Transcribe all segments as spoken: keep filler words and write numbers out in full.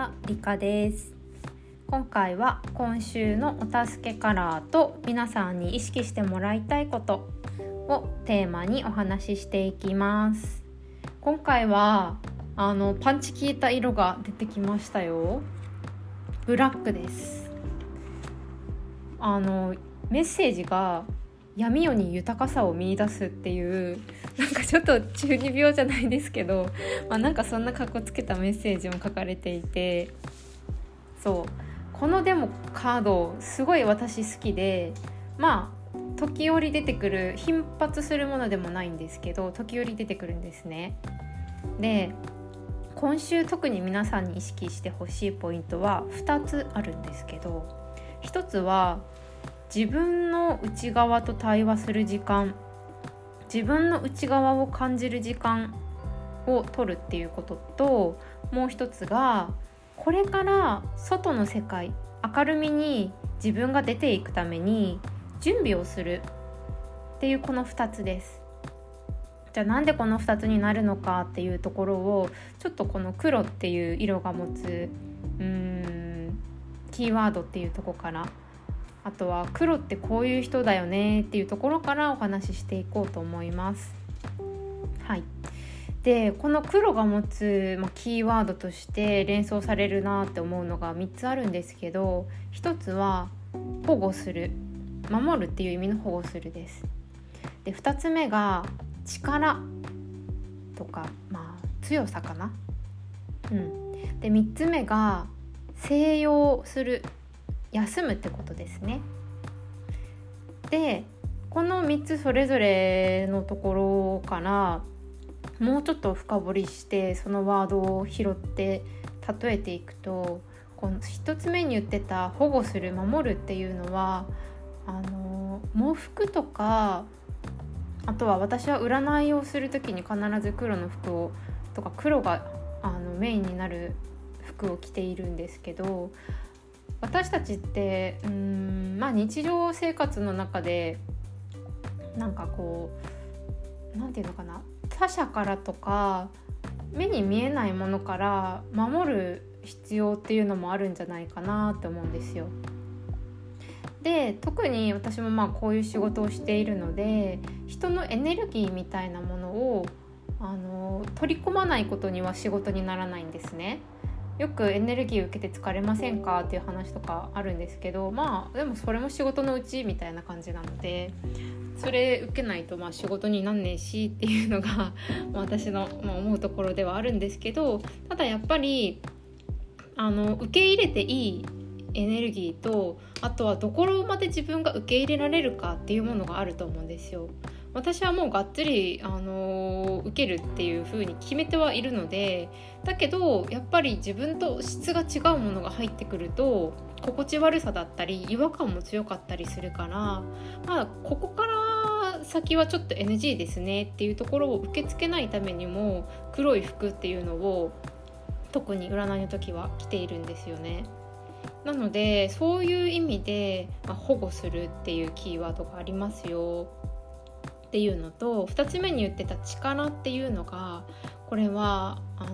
は、リカです。今回は今週のお助けカラーと皆さんに意識してもらいたいことをテーマにお話ししていきます。今回はあのパンチ効いた色が出てきましたよ。ブラックです。あのメッセージが闇夜に豊かさを見出すっていう、なんかちょっと中二病じゃないですけど、まあ、なんかそんな格好つけたメッセージも書かれていて、そうこのでもカードすごい私好きで、まあ時折出てくる、頻発するものでもないんですけど時折出てくるんですね。で今週特に皆さんに意識してほしいポイントはふたつあるんですけど、ひとつは自分の内側と対話する時間、自分の内側を感じる時間を取るっていうことと、もう一つがこれから外の世界、明るみに自分が出ていくために準備をするっていう、このふたつです。じゃあなんでこのふたつになるのかっていうところを、ちょっとこの黒っていう色が持つうーんキーワードっていうところから、あとは黒ってこういう人だよねっていうところからお話ししていこうと思います。はい。でこの黒が持つ、まあ、キーワードとして連想されるなって思うのがみっつあるんですけど、ひとつは保護する、守るっていう意味の保護するです。でふたつめが力とか、まあ強さかな。うんでみっつめが静養する、休むってことですね。でこのみっつそれぞれのところからもうちょっと深掘りして、そのワードを拾って例えていくと、このひとつめに言ってた保護する、守るっていうのは、あの喪服とか、あとは私は占いをするときに必ず黒の服をとか黒があのメインになる服を着ているんですけど、私たちってうーん、まあ、日常生活の中でなんかこうなんていうのかな、他者からとか目に見えないものから守る必要っていうのもあるんじゃないかなって思うんですよ。で特に私もまあこういう仕事をしているので、人のエネルギーみたいなものをあの取り込まないことには仕事にならないんですね。よくエネルギーを受けて疲れませんかっていう話とかあるんですけど、まあでもそれも仕事のうちみたいな感じなので、それ受けないとまあ仕事になんねえしっていうのが私の思うところではあるんですけど、ただやっぱりあの受け入れていいエネルギーと、あとはどこまで自分が受け入れられるかっていうものがあると思うんですよ。私はもうがっつり、あのー、受けるっていう風に決めてはいるので、だけどやっぱり自分と質が違うものが入ってくると心地悪さだったり違和感も強かったりするから、まあ、ここから先はちょっと エヌジー ですねっていうところを受け付けないためにも、黒い服っていうのを特に占いの時は着ているんですよね。なのでそういう意味で、まあ、保護するっていうキーワードがありますよっていうのと、ふたつめに言ってた力っていうのが、これはあの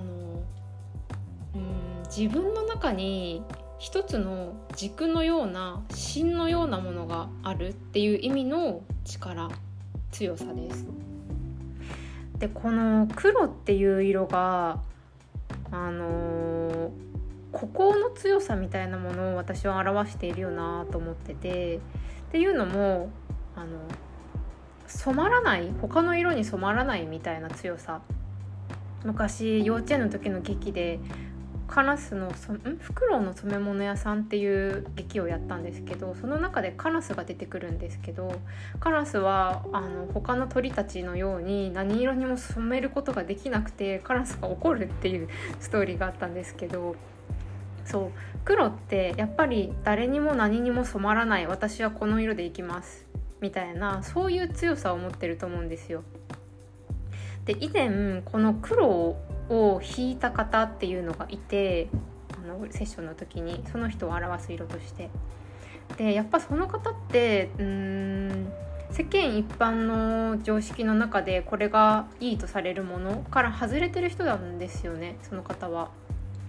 うん自分の中に一つの軸のような芯のようなものがあるっていう意味の力、強さです。でこの黒っていう色があの孤高の強さみたいなものを私は表しているよなと思ってて、っていうのもあの染まらない、他の色に染まらないみたいな強さ。昔幼稚園の時の劇でカラスのそんフクロウの染め物屋さんっていう劇をやったんですけど、その中でカラスが出てくるんですけど、カラスはあの他の鳥たちのように何色にも染めることができなくて、カラスが怒るっていうストーリーがあったんですけど、そう黒ってやっぱり誰にも何にも染まらない、私はこの色でいきますみたいな、そういう強さを持ってると思うんですよ。で以前この黒を引いた方っていうのがいて、あのセッションの時にその人を表す色として、でやっぱその方ってうーん世間一般の常識の中でこれがいいとされるものから外れてる人なんですよね、その方は。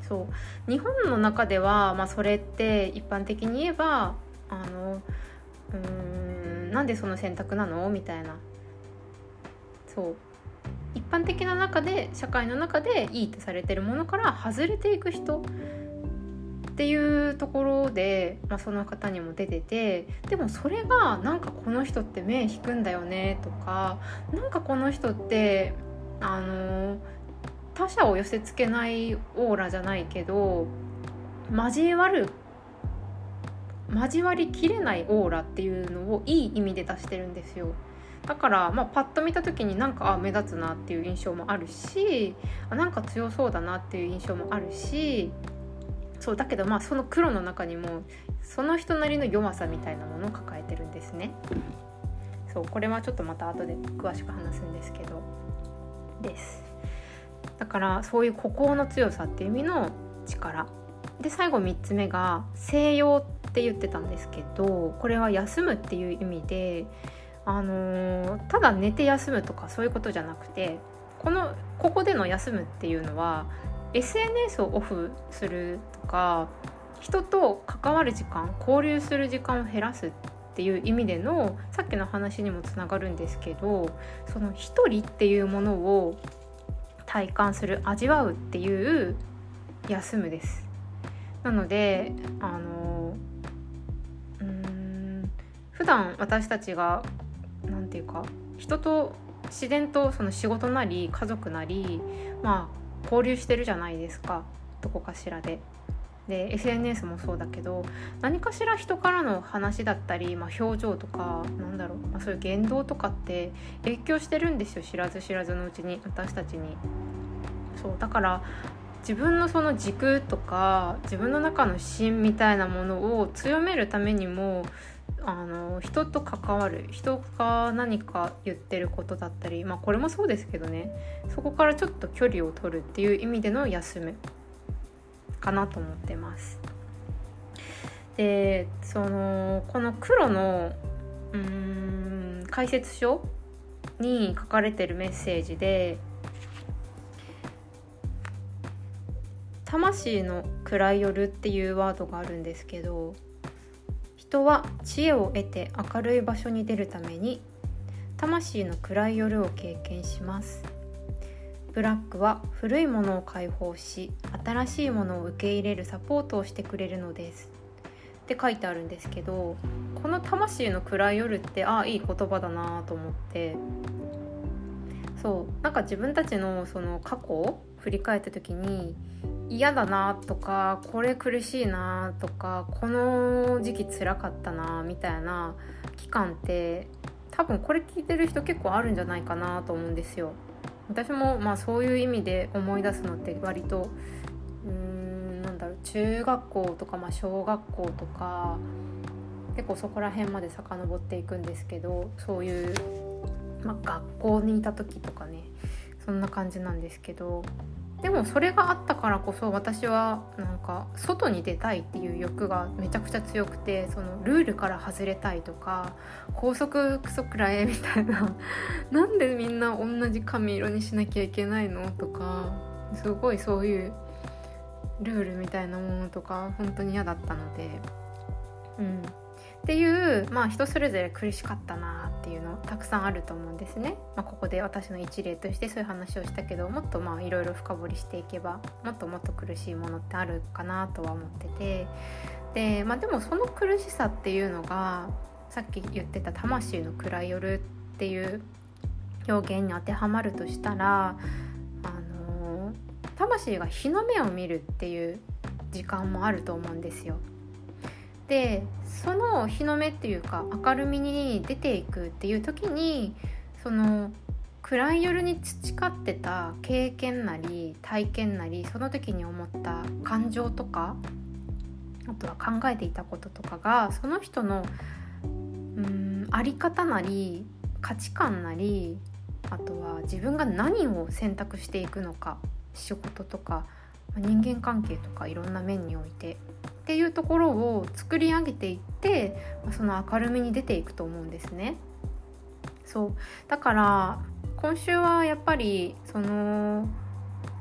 そう日本の中では、まあ、それって一般的に言えばあのうーんなんでその選択なのみたいな、そう一般的な中で社会の中でいいとされてるものから外れていく人っていうところで、まあ、その方にも出てて、でもそれがなんかこの人って目引くんだよねとか、なんかこの人ってあの他者を寄せ付けないオーラじゃないけど交わる交わりきれないオーラっていうのをいい意味で出してるんですよ。だから、まあ、パッと見た時になんかあ目立つなっていう印象もあるし、あなんか強そうだなっていう印象もあるし、そうだけどまあその黒の中にもその人なりの弱さみたいなものを抱えてるんですね。そうこれはちょっとまた後で詳しく話すんですけどです。だからそういう孤高の強さっていう意味の力で、最後みっつめが静養って言ってたんですけど、これは休むっていう意味で、あのー、ただ寝て休むとかそういうことじゃなくて、このここでの休むっていうのは エスエヌエス をオフするとか人と関わる時間、交流する時間を減らすっていう意味でのさっきの話にもつながるんですけど、その一人っていうものを体感する、味わうっていう休むです。なのであのうーん普段私たちがなんていうか人と自然とその仕事なり家族なりまあ交流してるじゃないですか、どこかしらで。で エスエヌエス もそうだけど、何かしら人からの話だったり、まあ、表情とかなんだろう、まあ、そういう言動とかって影響してるんですよ、知らず知らずのうちに私たちに。そうだから自分のその軸とか自分の中の芯みたいなものを強めるためにも、あの人と関わる、人が何か言ってることだったり、まあこれもそうですけどね、そこからちょっと距離を取るっていう意味での休むかなと思ってます。でそのこの黒のうーん解説書に書かれてるメッセージで、魂の位よるっていうワードがあるんですけど、人は知恵を得て明るい場所に出るために魂の位よるを経験します。ブラックは古いものを解放し新しいものを受け入れるサポートをしてくれるのですって書いてあるんですけど、この魂の位よるってああいい言葉だなと思って、そうなんか自分たちのその過去を振り返った時に嫌だなとかこれ苦しいなとかこの時期辛かったなみたいな期間って多分これ聞いてる人結構あるんじゃないかなと思うんですよ。私もまあそういう意味で思い出すのって割とうーんなんだろう中学校とかまあ小学校とか結構そこら辺まで遡っていくんですけど、そういう、まあ、学校にいた時とかねそんな感じなんですけど、でもそれがあったからこそ私はなんか外に出たいっていう欲がめちゃくちゃ強くて、そのルールから外れたいとか校則クソくらえみたいななんでみんな同じ髪色にしなきゃいけないのとか、すごいそういうルールみたいなものとか本当に嫌だったので、うんっていうまあ人それぞれ苦しかったなっていうのたくさんあると思うんですね。まあ、ここで私の一例としてそういう話をしたけど、もっとまあいろいろ深掘りしていけばもっともっと苦しいものってあるかなとは思ってて、で、まあ、でもその苦しさっていうのがさっき言ってた魂の位よるっていう表現に当てはまるとしたら、あの魂が日の目を見るっていう時間もあると思うんですよ。でその日の目っていうか明るみに出ていくっていう時に、その暗い夜に培ってた経験なり体験なりその時に思った感情とかあとは考えていたこととかがその人のうーんあり方なり価値観なり、あとは自分が何を選択していくのか、仕事とか人間関係とかいろんな面においてっていうところを作り上げていって、その明るみに出ていくと思うんですね。そうだから今週はやっぱりその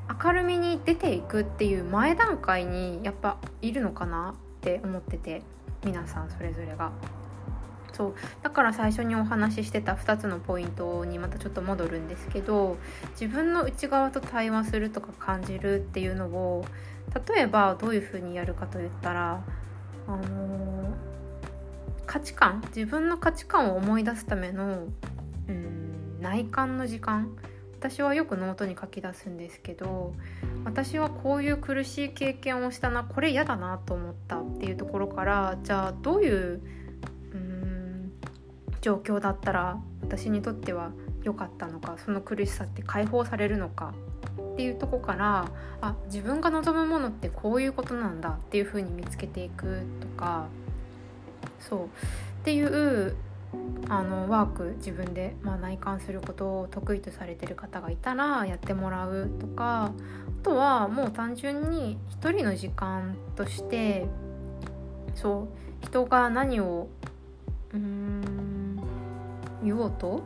明るみに出ていくっていう前段階にやっぱいるのかなって思ってて、皆さんそれぞれが。そうだから最初にお話ししてたふたつのポイントにまたちょっと戻るんですけど、自分の内側と対話するとか感じるっていうのを、例えばどういうふうにやるかといったら、あのー、価値観自分の価値観を思い出すためのうん内観の時間、私はよくノートに書き出すんですけど、私はこういう苦しい経験をしたな、これ嫌だなと思ったっていうところから、じゃあどういううーん状況だったら私にとっては良かったのか、その苦しさって解放されるのかっていうところから、あ、自分が望むものってこういうことなんだっていう風に見つけていくとか、そうっていうあのワーク、自分で、まあ、内観することを得意とされてる方がいたらやってもらうとか、あとはもう単純に一人の時間として、そう人が何をうーん言おうと、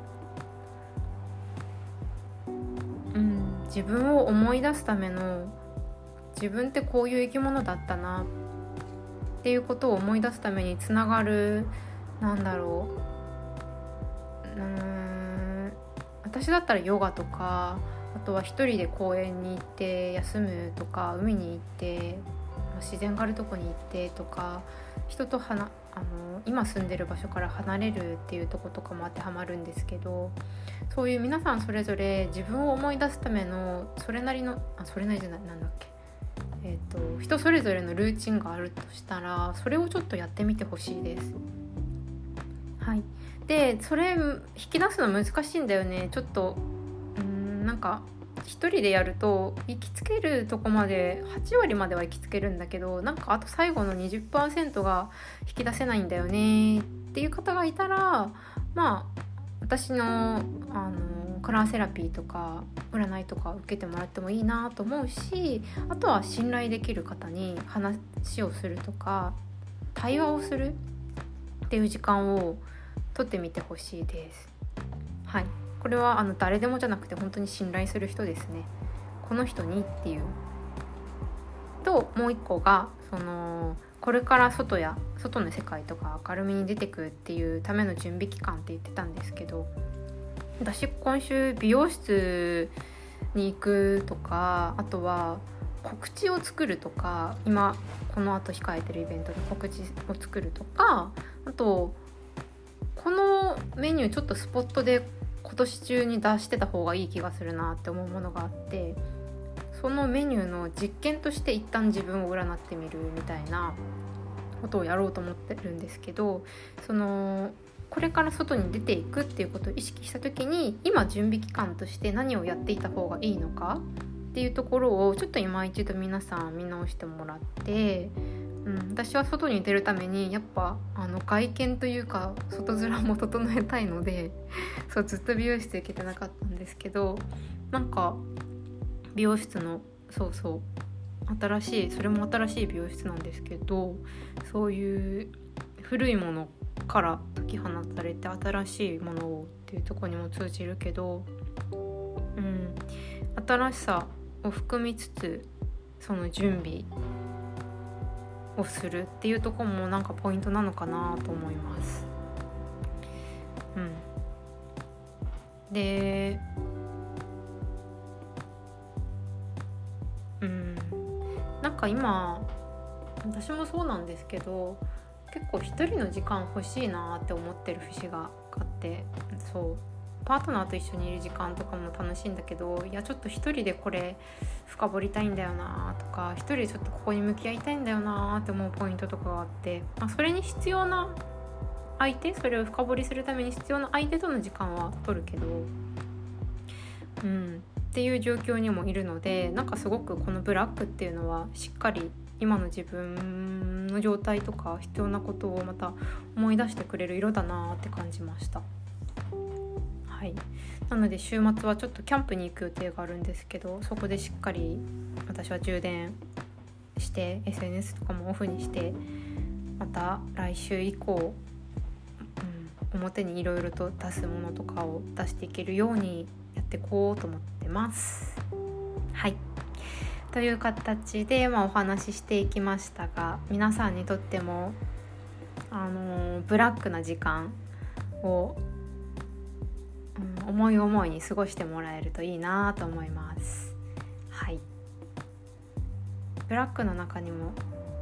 うん、自分を思い出すための、自分ってこういう生き物だったなっていうことを思い出すためにつながる、なんだろううーん私だったらヨガとか、あとは一人で公園に行って休むとか、海に行って自然があるとこに行ってとか、人とはなあの今住んでる場所から離れるっていうとことかも当てはまるんですけど、そういう皆さんそれぞれ自分を思い出すためのそれなりのあそれなりじゃないなんだっけえーと人それぞれのルーチンがあるとしたら、それをちょっとやってみてほしいです。はい。でそれ引き出すの難しいんだよね。ちょっとうーんなんか一人でやると行きつけるとこまではちわりまでは行きつけるんだけど、なんかあと最後の にじゅっパーセント が引き出せないんだよねっていう方がいたら、まあ私のあのカラーセラピーとか占いとか受けてもらってもいいなと思うし、あとは信頼できる方に話をするとか対話をするっていう時間を取ってみてほしいです。はい。これはあの誰でもじゃなくて本当に信頼する人ですね。この人にっていう。ともう一個がそのこれから外や外の世界とか明るみに出てくっていうための準備期間って言ってたんですけど、私今週美容室に行くとか、あとは告知を作るとか、今この後控えてるイベントで告知を作るとか、あとこのメニューちょっとスポットで今年中に出してた方がいい気がするなって思うものがあって、そのメニューの実験として一旦自分を占ってみるみたいなことをやろうと思ってるんですけど、そのこれから外に出ていくっていうことを意識した時に、今準備期間として何をやっていた方がいいのかっていうところをちょっと今一度皆さん見直してもらって、うん、私は外に出るためにやっぱあの外見というか外面も整えたいのでそうずっと美容室行けてなかったんですけど、なんか美容室のそうそう新しいそれも新しい美容室なんですけど、そういう古いものから解き放たれて新しいものをっていうところにも通じるけど、うん、新しさを含みつつその準備をするっていうところもなんかポイントなのかなと思います。うん、で、うん、なんか今私もそうなんですけど、結構一人の時間欲しいなって思ってる節があって、そうパートナーと一緒にいる時間とかも楽しいんだけど、いやちょっと一人でこれ深掘りたいんだよなとか、一人でちょっとここに向き合いたいんだよなって思うポイントとかがあって、まあ、それに必要な相手、それを深掘りするために必要な相手との時間は取るけど、うんっていう状況にもいるので、なんかすごくこのブラックっていうのはしっかり今の自分の状態とか必要なことをまた思い出してくれる色だなって感じました。はい、なので週末はちょっとキャンプに行く予定があるんですけど、そこでしっかり私は充電して エスエヌエス とかもオフにして、また来週以降、うん、表にいろいろと出すものとかを出していけるようにやっていこうと思ってます。はい、 という形で、まあ、お話ししていきましたが、皆さんにとっても、あのー、ブラックな時間を、うん、思い思いに過ごしてもらえるといいなと思います。はい。ブラックの中にも、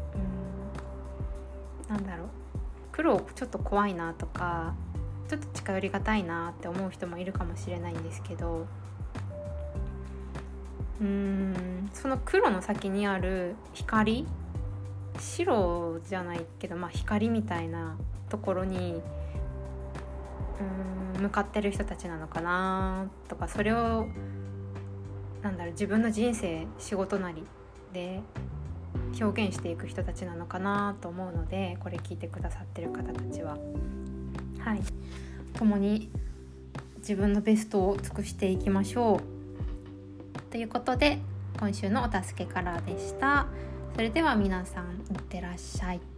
うん、なんだろう、黒ちょっと怖いなとか、ちょっと近寄りがたいなって思う人もいるかもしれないんですけど、うーんその黒の先にある光、白じゃないけど、まあ、光みたいなところにうーん向かってる人たちなのかなとか、それをなんだろう、自分の人生、仕事なりで表現していく人たちなのかなと思うので、これ聞いてくださってる方たちは、はい、共に自分のベストを尽くしていきましょうということで、今週のお助けカラーでした。それでは皆さん、いってらっしゃい。